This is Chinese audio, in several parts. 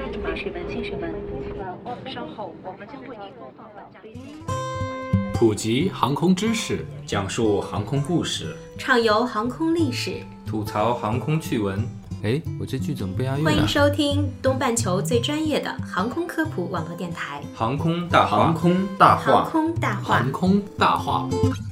稍后我们将为您播放本站。 普及航空知识， 讲述航空故事， 畅游航空历史， 吐槽航空趣闻。哎，我这句怎么不押韵啊？ 欢迎收听东半球最专业的航空科普网络电台—— 航空大话。 航空大话。 航空大话。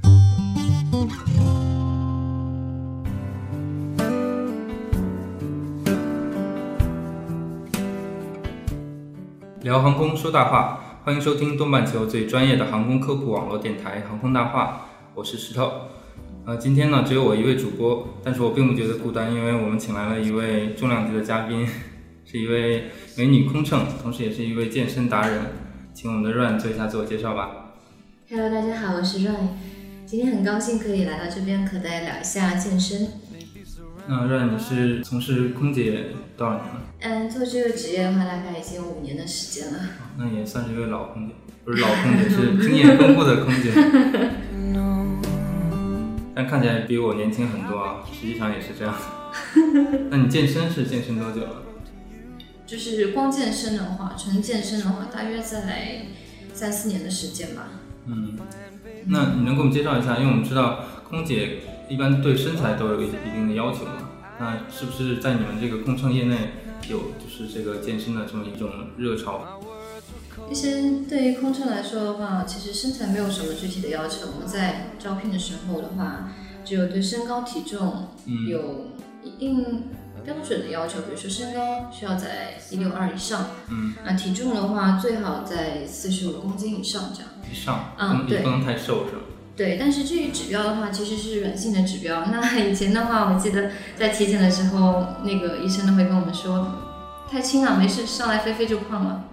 聊航空说大话，欢迎收听东半球最专业的航空科普网络电台航空大话，我是石头。今天呢只有我一位主播，但是我并不觉得孤单，因为我们请来了一位重量级的嘉宾，是一位美女空乘，同时也是一位健身达人，请我们的 Ryan 做一下自我介绍吧。 Hello， 大家好，我是 Ryan， 今天很高兴可以来到这边和大家聊一下健身。 那 Ryan 你是从事空姐多少年了？ 做这个职业的话，大概已经有5年的时间了。 那也算是一位老空姐，不是老空姐，是经验丰富的空姐。但看起来比我年轻很多啊，实际上也是这样。那你健身是健身多久了？ 就是光健身的话，纯健身的话，大约在3-4年的时间吧。 那你能给我们介绍一下？因为我们知道空姐一般对身材都有一定的要求嘛，那是不是在你们这个空乘业内有就是这个健身的这么一种热潮？ 其实对于空乘来说的话，其实身材没有什么具体的要求。我们在招聘的时候的话，只有对身高体重有一定标准的要求，比如说身高需要在162以上，那体重的话最好在45公斤以上这样。 以上， 对， 不能太瘦是吧？ 对，但是这一指标的话，其实是软性的指标。那以前的话，我记得在体检的时候，那个医生都会跟我们说，太轻了，没事，上来飞飞就胖了。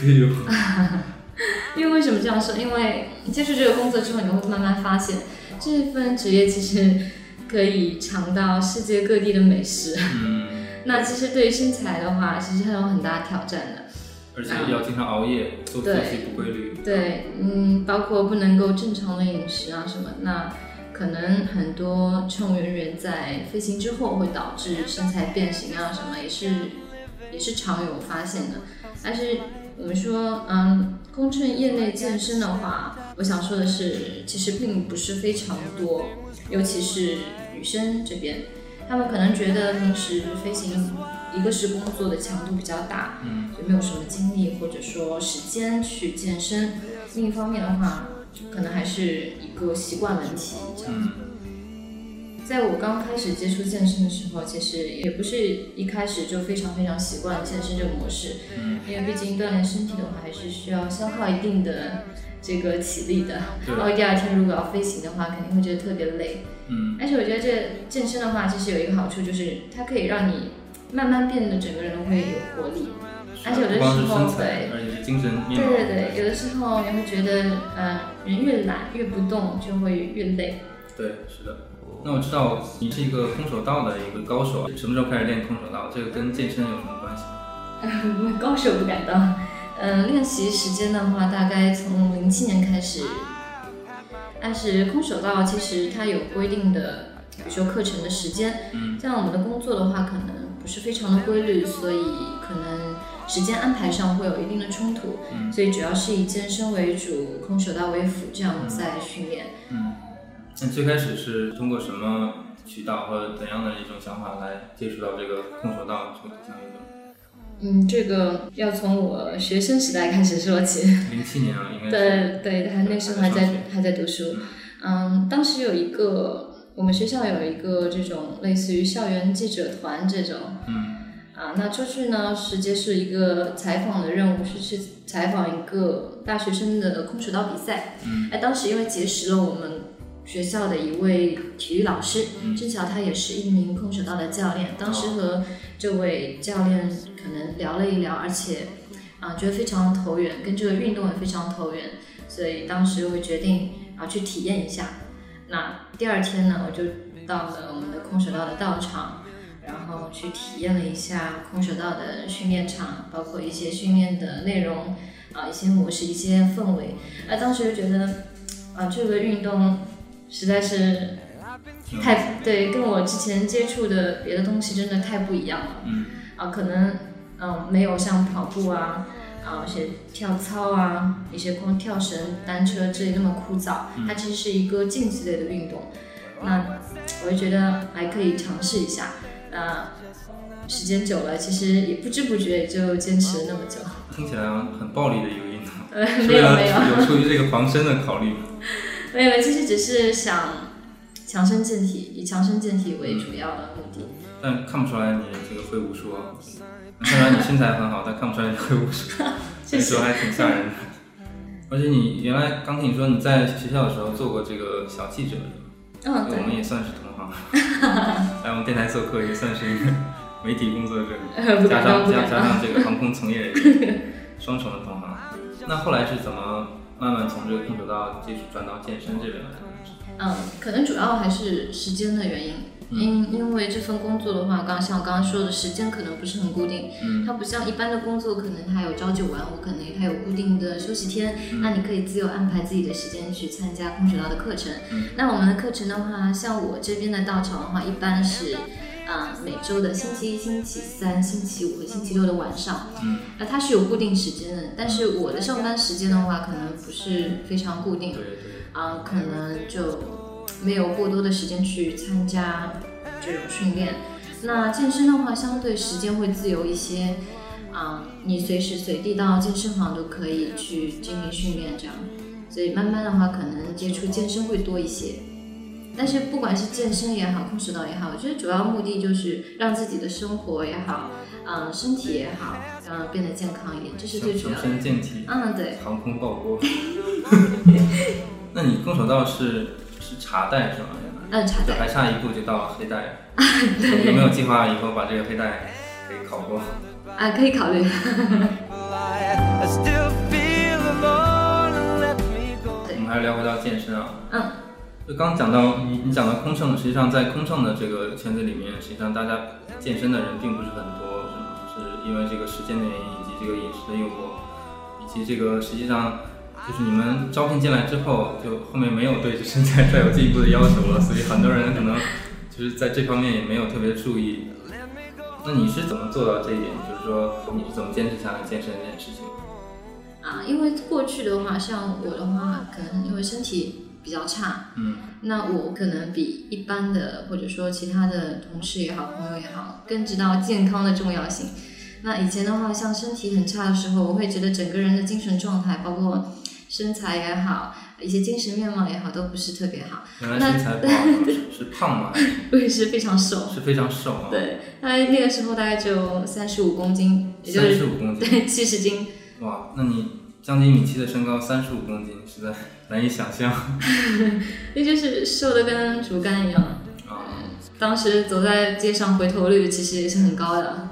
因为为什么这样说？因为接触这个工作之后，你会慢慢发现，这份职业其实可以尝到世界各地的美食。那其实对于身材的话，其实还有很大挑战的。 而且要经常熬夜，做作息不规律。 对，包括不能够正常的饮食啊什么，那可能很多乘务人员在飞行之后会导致身材变形啊什么，也是常有发现的。但是我们说，空乘业内健身的话，我想说的是，其实并不是非常多，尤其是女生这边，她们可能觉得平时飞行，一个是工作的强度比较大，就没有什么精力或者说时间去健身；另一方面的话，可能还是一个习惯问题这样。在我刚开始接触健身的时候，其实也不是一开始就非常非常习惯健身这个模式，因为毕竟锻炼身体的话，还是需要消耗一定的这个体力的。然后第二天如果要飞行的话，肯定会觉得特别累。而且我觉得这健身的话，其实有一个好处，就是它可以让你慢慢变得整个人会有活力。而且有的时候，对， 而且是精神面貌。 对，有的时候你会觉得，人越懒越不动，就会越累。 对，是的。那我知道你是一个空手道的一个高手，什么时候开始练空手道？这个跟健身有什么关系？ 高手不敢当。练习时间的话，大概从07年开始。但是空手道其实它有规定的，比如说课程的时间。像我们的工作的话，可能不是非常的规律，所以可能时间安排上会有一定的冲突。所以主要是以健身为主，空手道为辅，这样在训练。 那最开始是通过什么渠道或者怎样的一种想法来接触到这个空手道这个项运动？ 这个要从我学生时代开始说起。 07年了，应该是。 对，那时候还在读书。当时我们学校有一个这种类似于校园记者团这种。那出去呢是接受一个采访的任务，是去采访一个大学生的空手道比赛。当时因为结识了我们学校的一位体育老师，正巧他也是一名空手道的教练。当时和这位教练可能聊了一聊，而且觉得非常投缘，跟这个运动也非常投缘，所以当时我决定去体验一下。那第二天呢，我就到了我们的空手道的道场，然后去体验了一下空手道的训练场，包括一些训练的内容一些模式，一些氛围。当时就觉得这个运动实在是对，跟我之前接触的别的东西真的太不一样了。可能没有像跑步啊。一些跳操啊，一些光跳绳、单车之类那么枯燥，它其实是一个竞技类的运动。那我就觉得还可以尝试一下。时间久了，其实也不知不觉就坚持了那么久。 听起来很暴力的一个运动。 没有， 有出于这个防身的考虑吗？ 没有，其实只是想强身健体，以强身健体为主要的目的。 但看不出来你这个会武术啊。看出来你身材很好，但看不出来你会武术，那时候还挺吓人的。而且你原来刚听你说你在学校的时候做过这个小记者，对，我们也算是同行，来我们电台做客也算是一个媒体工作者，加上这个航空从业人员，双重的同行。那后来是怎么慢慢从这个空手道技术转到健身这边来的？ 可能主要还是时间的原因。因为这份工作的话，像我刚刚说的，时间可能不是很固定，它不像一般的工作，可能它有朝九晚五，可能它有固定的休息天，那你可以自由安排自己的时间去参加空手道的课程。那我们的课程的话，像我这边的道场的话，一般是每周的星期一、星期三、星期五和星期六的晚上，那它是有固定时间的，但是我的上班时间的话，可能不是非常固定，可能就没有过多的时间去参加这种训练。那健身的话，相对时间会自由一些，你随时随地到健身房都可以去进行训练，这样，所以慢慢的话，可能接触健身会多一些。但是不管是健身也好，空手道也好，我觉得主要目的就是让自己的生活也好，身体也好，变得健康一点，这是最主要的。 强身健体，对，航空爆锅。那你空手道是茶带是吗？ 茶带， 就还差一步就到黑带。 对。 有没有计划以后把这个黑带可以考过？ 可以考虑。 我们还是聊回到健身啊。就刚讲到你讲到空乘，实际上在空乘的这个圈子里面，实际上大家健身的人并不是很多，是吗？是因为这个时间的原因，以及这个饮食的诱惑，以及这个实际上就是你们招聘进来之后，就后面没有对身材再有进一步的要求了，所以很多人可能就是在这方面也没有特别注意。那你是怎么做到这一点？就是说你是怎么坚持下来健身这件事情？ 因为过去的话，像我的话，可能因为身体比较差，那我可能比一般的或者说其他的同事也好，朋友也好，更知道健康的重要性。那以前的话，像身体很差的时候，我会觉得整个人的精神状态，包括身材也好，一些精神面貌也好，都不是特别好。 原来身材不好是胖吗？ 不是非常瘦。 是非常瘦啊。 对，那个时候大概就35公斤，也就是 35公斤， 对，70斤。 哇，那你将近1.7米的身高，35公斤，实在难以想象。 那就是瘦的跟竹竿一样。当时走在街上回头率其实也是很高的。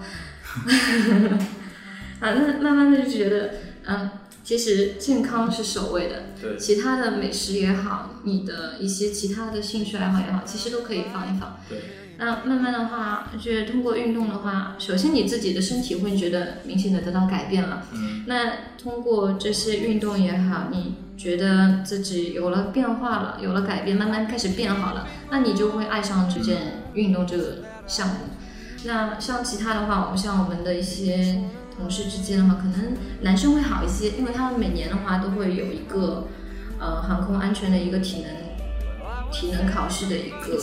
那慢慢的就觉得，其实健康是首位的， 对， 其他的美食也好，你的一些其他的兴趣爱好也好，其实都可以放一放。 对。 那慢慢的话，觉得通过运动的话，首先你自己的身体会觉得明显的得到改变了。那通过这些运动也好，你觉得自己有了变化了，有了改变，慢慢开始变好了，那你就会爱上这件运动这个项目。那像其他的话，像我们的一些同事之间的话，可能男生会好一些，因为他们每年的话都会有一个航空安全的一个体能考试的一个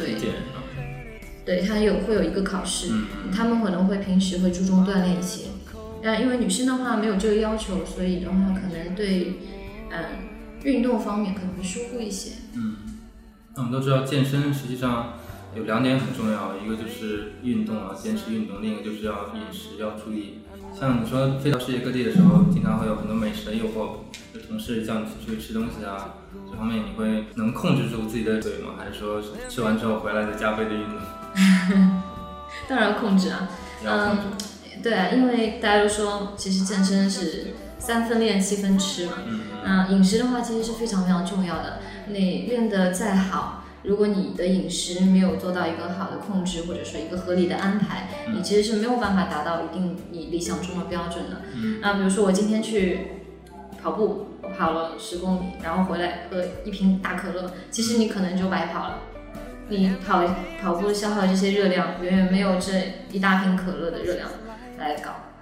对，他会有一个考试，他们可能会平时会注重锻炼一些。因为女生的话没有这个要求，所以的话可能对运动方面可能会疏忽一些。 那我们都知道健身实际上有2点很重要，一个就是运动啊，坚持运动，另一个就是要饮食要注意。像你说飞到世界各地的时候，经常会有很多美食的诱惑，就同事叫你出去吃东西啊，这方面你会能控制住自己的嘴吗？还是说吃完之后回来再加倍的运动？ 当然控制啊，对啊，因为大家都说其实健身是3分练7分吃嘛，饮食的话其实是非常非常重要的。你练得再好，如果你的饮食没有做到一个好的控制，或者说一个合理的安排，你其实是没有办法达到一定你理想中的标准的。比如说我今天去跑步，我跑了10公里，然后回来喝1瓶大可乐，其实你可能就白跑了。你跑步消耗这些热量，远远没有这一大瓶可乐的热量来高。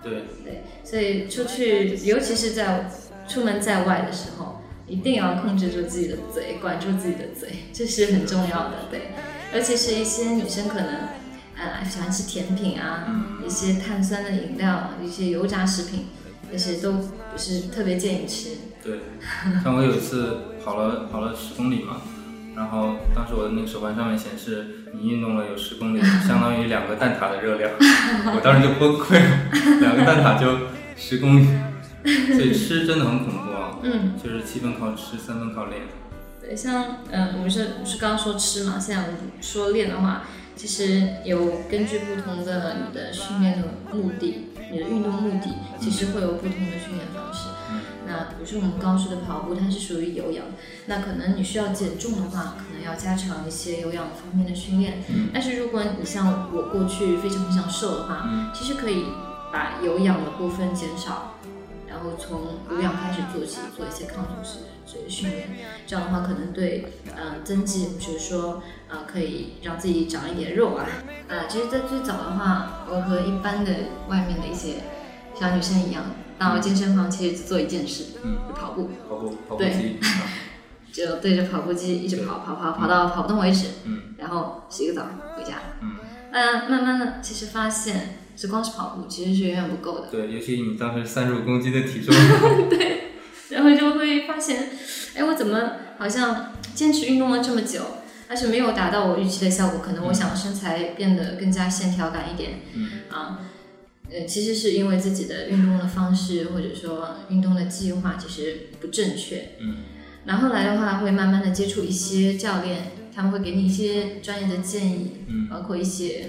对， 所以出去，尤其是在出门在外的时候，一定要控制住自己的嘴，管住自己的嘴，这是很重要的。对，尤其是一些女生可能喜欢吃甜品啊，一些碳酸的饮料，一些油炸食品，这些都不是特别建议吃。 对，像我有一次跑了10公里嘛，然后当时我的那个手环上面显示你运动了有10公里，相当于2个蛋挞的热量，我当时就崩溃了，2个蛋挞就10公里，所以吃真的很恐怖啊，就是7分靠吃，3分靠练。 对，像我们是刚刚说吃嘛，现在我们说练的话，其实有根据不同的你的训练的目的，你的运动目的，其实会有不同的训练方式。那比如说我们刚刚说的跑步，它是属于有氧，那可能你需要减重的话，可能要加强一些有氧方面的训练。但是如果你像我过去非常瘦的话，其实可以把有氧的部分减少，然后从无氧开始做起，做一些抗阻式这个训练。这样的话，可能对增肌，或者说可以让自己长一点肉啊。其实，在最早的话，我和一般的外面的一些小女生一样。到健身房其实只做一件事，跑步机，就对着跑步机一直跑到跑不动为止，然后洗个澡回家。慢慢的其实发现，只光是跑步其实是远远不够的。 对，尤其你当时35公斤的体重， 对，然后就会发现，我怎么好像坚持运动了这么久，但是没有达到我预期的效果？可能我想身材变得更加线条感一点，其实是因为自己的运动的方式或者说运动的计划其实不正确。然后来的话会慢慢的接触一些教练，他们会给你一些专业的建议，包括一些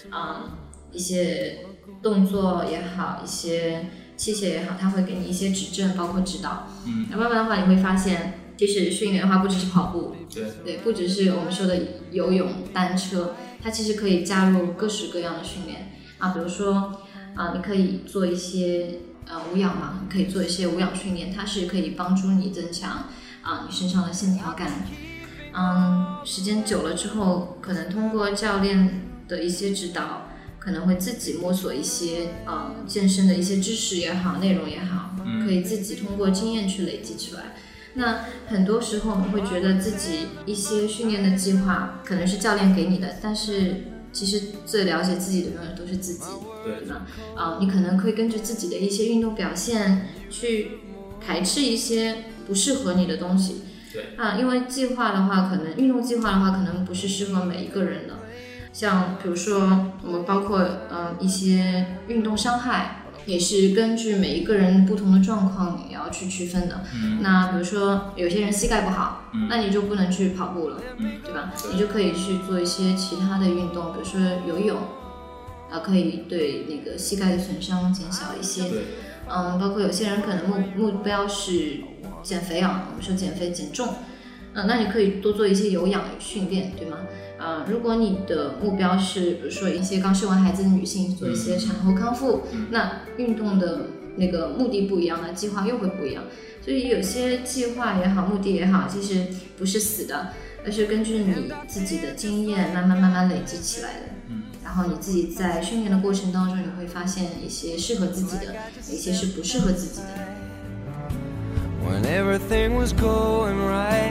动作也好，一些器械也好，他会给你一些指正，包括指导。那慢慢的话你会发现，其实训练的话不只是跑步，对，不只是我们说的游泳、单车，它其实可以加入各式各样的训练比如说你可以做一些无氧嘛，你可以做一些无氧训练，它是可以帮助你增强你身上的线条感。时间久了之后，可能通过教练的一些指导，可能会自己摸索一些健身的一些知识也好，内容也好，可以自己通过经验去累积出来。那很多时候你会觉得自己一些训练的计划可能是教练给你的，但是其实最了解自己的永远都是自己，对吧？你可能会根据自己的一些运动表现去排斥一些不适合你的东西，对因为计划的话，可能运动计划的话，可能不是适合每一个人的。像比如说，我们包括一些运动伤害，也是根据每一个人不同的状况也要去区分的。那比如说有些人膝盖不好，那你就不能去跑步了，对吧？你就可以去做一些其他的运动，比如说游泳，可以对那个膝盖的损伤减少一些。包括有些人可能目标是减肥我们说减肥减重，那你可以多做一些有氧训练，对吗？如果你的目标是比如说一些刚生完孩子的女性做一些产后康复，那运动的那个目的不一样，那计划又会不一样。所以有些计划也好，目的也好，其实不是死的，而是根据你自己的经验慢慢累积起来的。然后你自己在训练的过程当中，你会发现一些适合自己的，一些是不适合自己的。When everything was going right.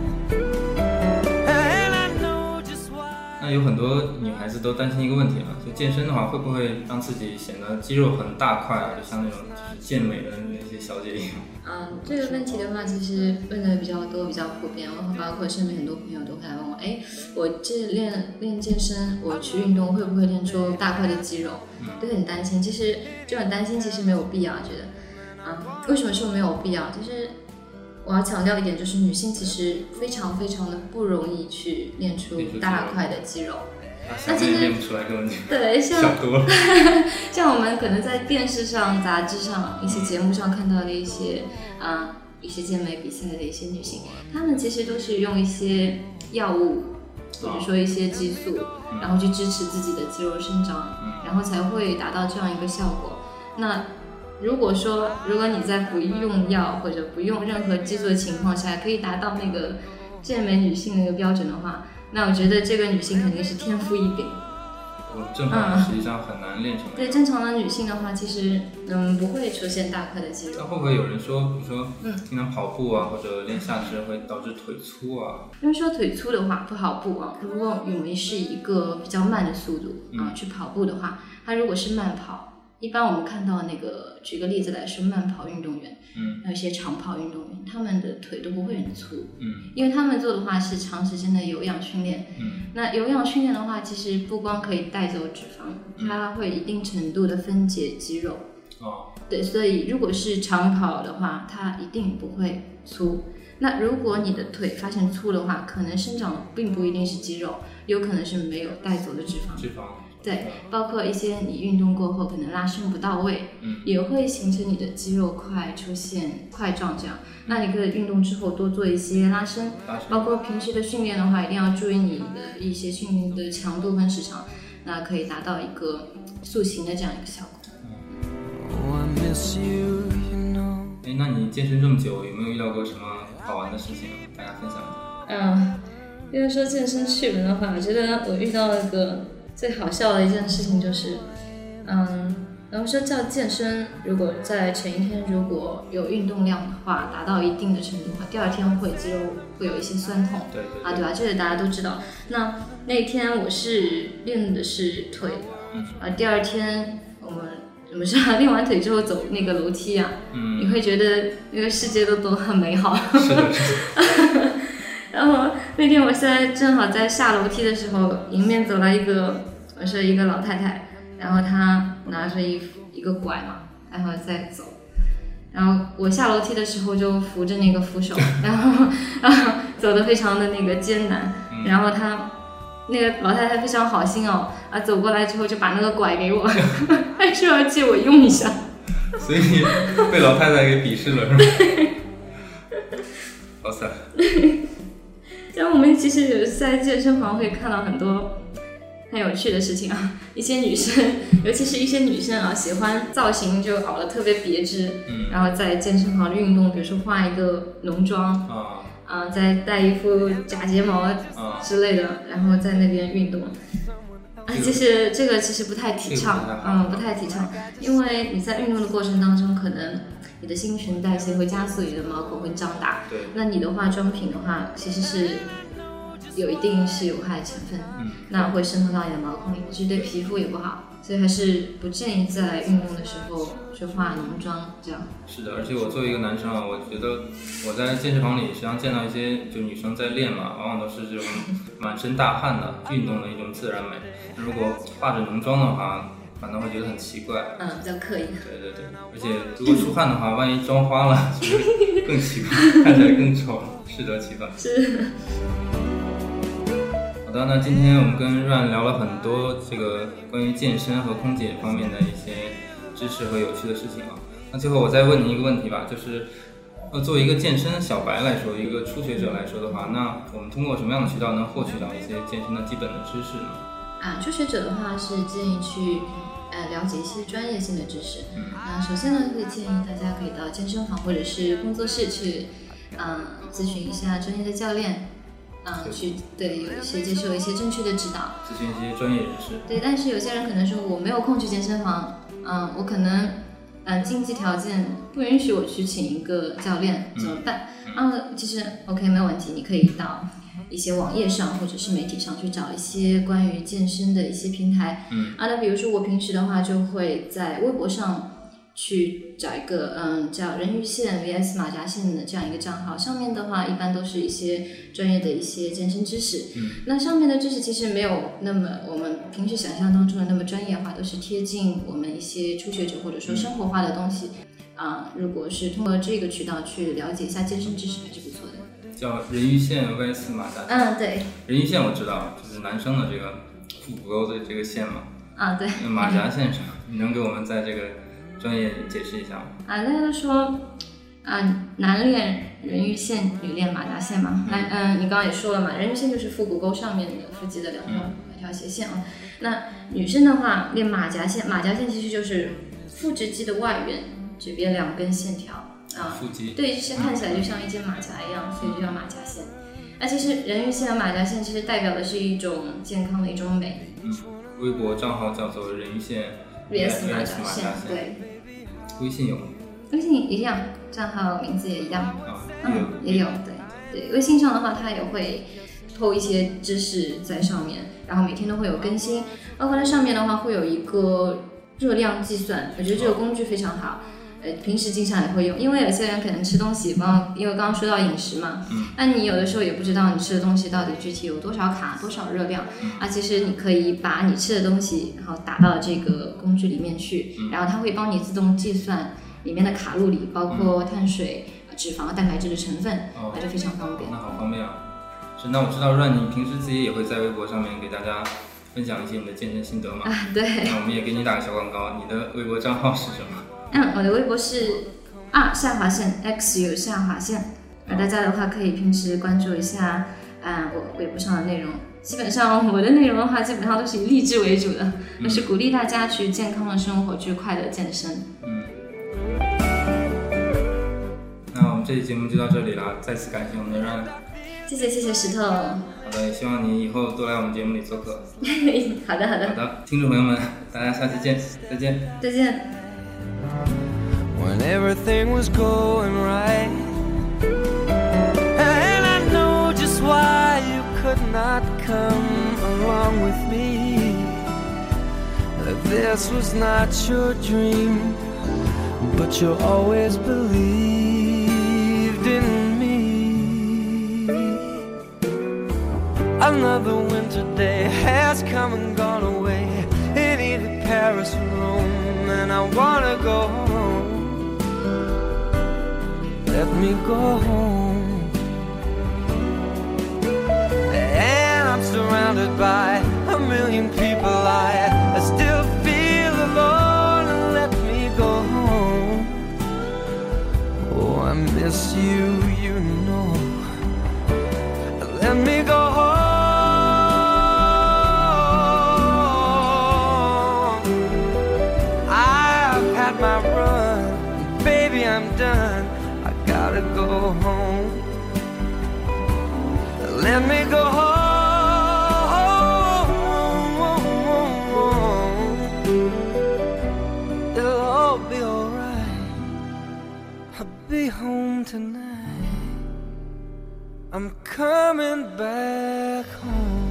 那有很多女孩子都担心一个问题就健身的话会不会让自己显得肌肉很大块就像那种就是健美的那些小姐一样。 这个问题的话其实问的比较多，比较普遍，包括身边很多朋友都会来问我，我这练健身，我去运动会不会练出大块的肌肉，都很担心。其实这种担心其实没有必要，觉得为什么说没有必要，就是我要强调一点，就是女性其实非常非常的不容易去练出大块的肌肉。 那其实练不出来，根本就对， 想多了。 像我们可能在电视上、杂志上、一些节目上看到的一些健美比赛的一些女性，她们其实都是用一些药物或者说一些激素，然后去支持自己的肌肉生长，然后才会达到这样一个效果。那如果你在不用药或者不用任何激素的情况下，可以达到那个健美女性的一个标准的话，那我觉得这个女性肯定是天赋异禀。 正常人实际上很难练成。 对，正常的女性的话，其实不会出现大块的肌肉。 那会不会有人说，比如说经常跑步啊，或者练下肢会导致腿粗啊？ 因为说腿粗的话，不跑步啊，如果我们是一个比较慢的速度去跑步的话，它如果是慢跑，一般我们看到那个，举个例子来说，慢跑运动员，还有一些长跑运动员，他们的腿都不会很粗，因为他们做的话是长时间的有氧训练，那有氧训练的话，其实不光可以带走脂肪，它会一定程度的分解肌肉，对，所以如果是长跑的话，它一定不会粗。那如果你的腿发现粗的话，可能生长的并不一定是肌肉，有可能是没有带走的脂肪。对，包括一些你运动过后可能拉伸不到位，也会形成你的肌肉块出现块状这样。那你可以运动之后多做一些拉伸，包括平时的训练的话，一定要注意你的一些训练的强度跟时长，那可以达到一个塑形的这样一个效果。 那你健身这么久，有没有遇到过什么好玩的事情？大家分享一下。 因为说健身趣闻的话，我觉得我遇到了个最好笑的一件事情就是，然后说叫健身，如果在前一天如果有运动量的话，达到一定的程度的话，第二天肌肉会有一些酸痛，对吧？这个大家都知道。那天我是练的是腿，第二天我们是练完腿之后走那个楼梯啊，你会觉得那个世界都很美好。 是的。 然后那天我正好在下楼梯的时候，迎面走来一个老太太，然后她拿着一个拐嘛，然后再走。然后我下楼梯的时候就扶着那个扶手，然后走得非常的那个艰难。然后那个老太太非常好心走过来之后就把那个拐给我，还说要借我用一下。 所以被老太太给鄙视了是吗？好惨。 然后我们其实有在健身房会看到很多很有趣的事情啊，一些女生，尤其是一些女生喜欢造型就搞得特别别致，然后在健身房运动，比如说画一个浓妆再戴一副假睫毛之类的，然后在那边运动。其实这个其实不太提倡，不太提倡，因为你在运动的过程当中，可能你的新陈代谢会加速，你的毛孔会张大。 对。 那你的化妆品的话，其实是有一定是有害成分，那会渗透到你的毛孔里，其实对皮肤也不好，所以还是不建议在运动的时候去化浓妆这样。 是的，而且我作为一个男生我觉得我在健身房里实际上见到一些就女生在练嘛，往往都是这种满身大汗的运动的一种自然美。如果化着浓妆的话，反倒会觉得很奇怪， 比较刻意。 对，而且如果出汗的话，万一妆花了，就会更奇怪，看起来更丑，适得其反。 是。 好的，那今天我们跟Ryan聊了很多这个关于健身和空姐方面的一些知识和有趣的事情那最后我再问您一个问题吧，就是作为一个健身小白来说，一个初学者来说的话，那我们通过什么样的渠道能获取到一些健身的基本的知识呢？ 初学者的话是建议去了解一些专业性的知识。首先呢，会建议大家可以到健身房或者是工作室去咨询一下专业的教练，去接受一些正确的指导， 咨询一些专业人士。 对，但是有些人可能说我没有空去健身房，我可能经济条件不允许我去请一个教练，怎么办？其实 OK 没有问题，你可以到一些网页上或者是媒体上去找一些关于健身的一些平台。那比如说我平时的话就会在微博上去找一个叫人鱼线 vs 马甲线的这样一个账号，上面的话一般都是一些专业的一些健身知识。那上面的知识其实没有那么我们平时想象当中的那么专业化，都是贴近我们一些初学者或者说生活化的东西。如果是通过这个渠道去了解一下健身知识还是不错的。 叫人鱼线 vs 马甲线。 对。 人鱼线我知道，就是男生的这个腹股沟的这个线嘛。 对。 那马甲线上，你能给我们在这个专业解释一下吗？ 大家都说男练人鱼线，女练马甲线嘛。你刚刚也说了嘛，人鱼线就是腹股沟上面的腹肌的两条斜线那女生的话练马甲线，马甲线其实就是腹直肌的外缘，这边两根线条腹肌。 对，就是看起来就像一件马甲一样，所以就叫马甲线。其实人鱼线和马甲线其实代表的是一种健康的一种美。 微博账号叫做人鱼线 VS 马甲线，对。 微信有吗？ 微信一样，账号名字也一样。 啊， 也有，对。微信上的话，它也会PO一些知识在上面，然后每天都会有更新。包括它上面的话会有一个热量计算，我觉得这个工具非常好。平时经常也会用，因为有些人可能吃东西，因为刚刚说到饮食嘛，那你有的时候也不知道你吃的东西到底具体有多少卡、多少热量，其实你可以把你吃的东西，然后打到这个工具里面去，然后它会帮你自动计算里面的卡路里，包括碳水、脂肪、蛋白质的成分，那就非常方便。 那好方便啊！是，那我知道Run你平时自己也会在微博上面给大家分享一些你的健身心得嘛？ 对。 那我们也给你打个小广告，你的微博账号是什么？ 我的微博是R_XU_，大家的话可以平时关注一下我微博上的内容。基本上我的内容的话，基本上都是以励志为主的，就是鼓励大家去健康的生活，去快乐健身。 那我们这期节目就到这里了，再次感谢我们的Run。 谢谢石头。 好的，也希望你以后多来我们节目里做客。 好的， 听众朋友们，大家下期见，再见。 When everything was going right, and I know just why you could not come along with me. This was not your dream, but you always believed in me. Another winter day has come and gone away in either Paris or Rome, and I wanna go home. Let me go home. And I'm surrounded by a million people. I still feel alone. Let me go home. Oh, I miss you, you know. Let me go home. I've had my run, baby, I'm done. Gotta go home. Let me go home. It'll all be alright. I'll be home tonight. I'm coming back home.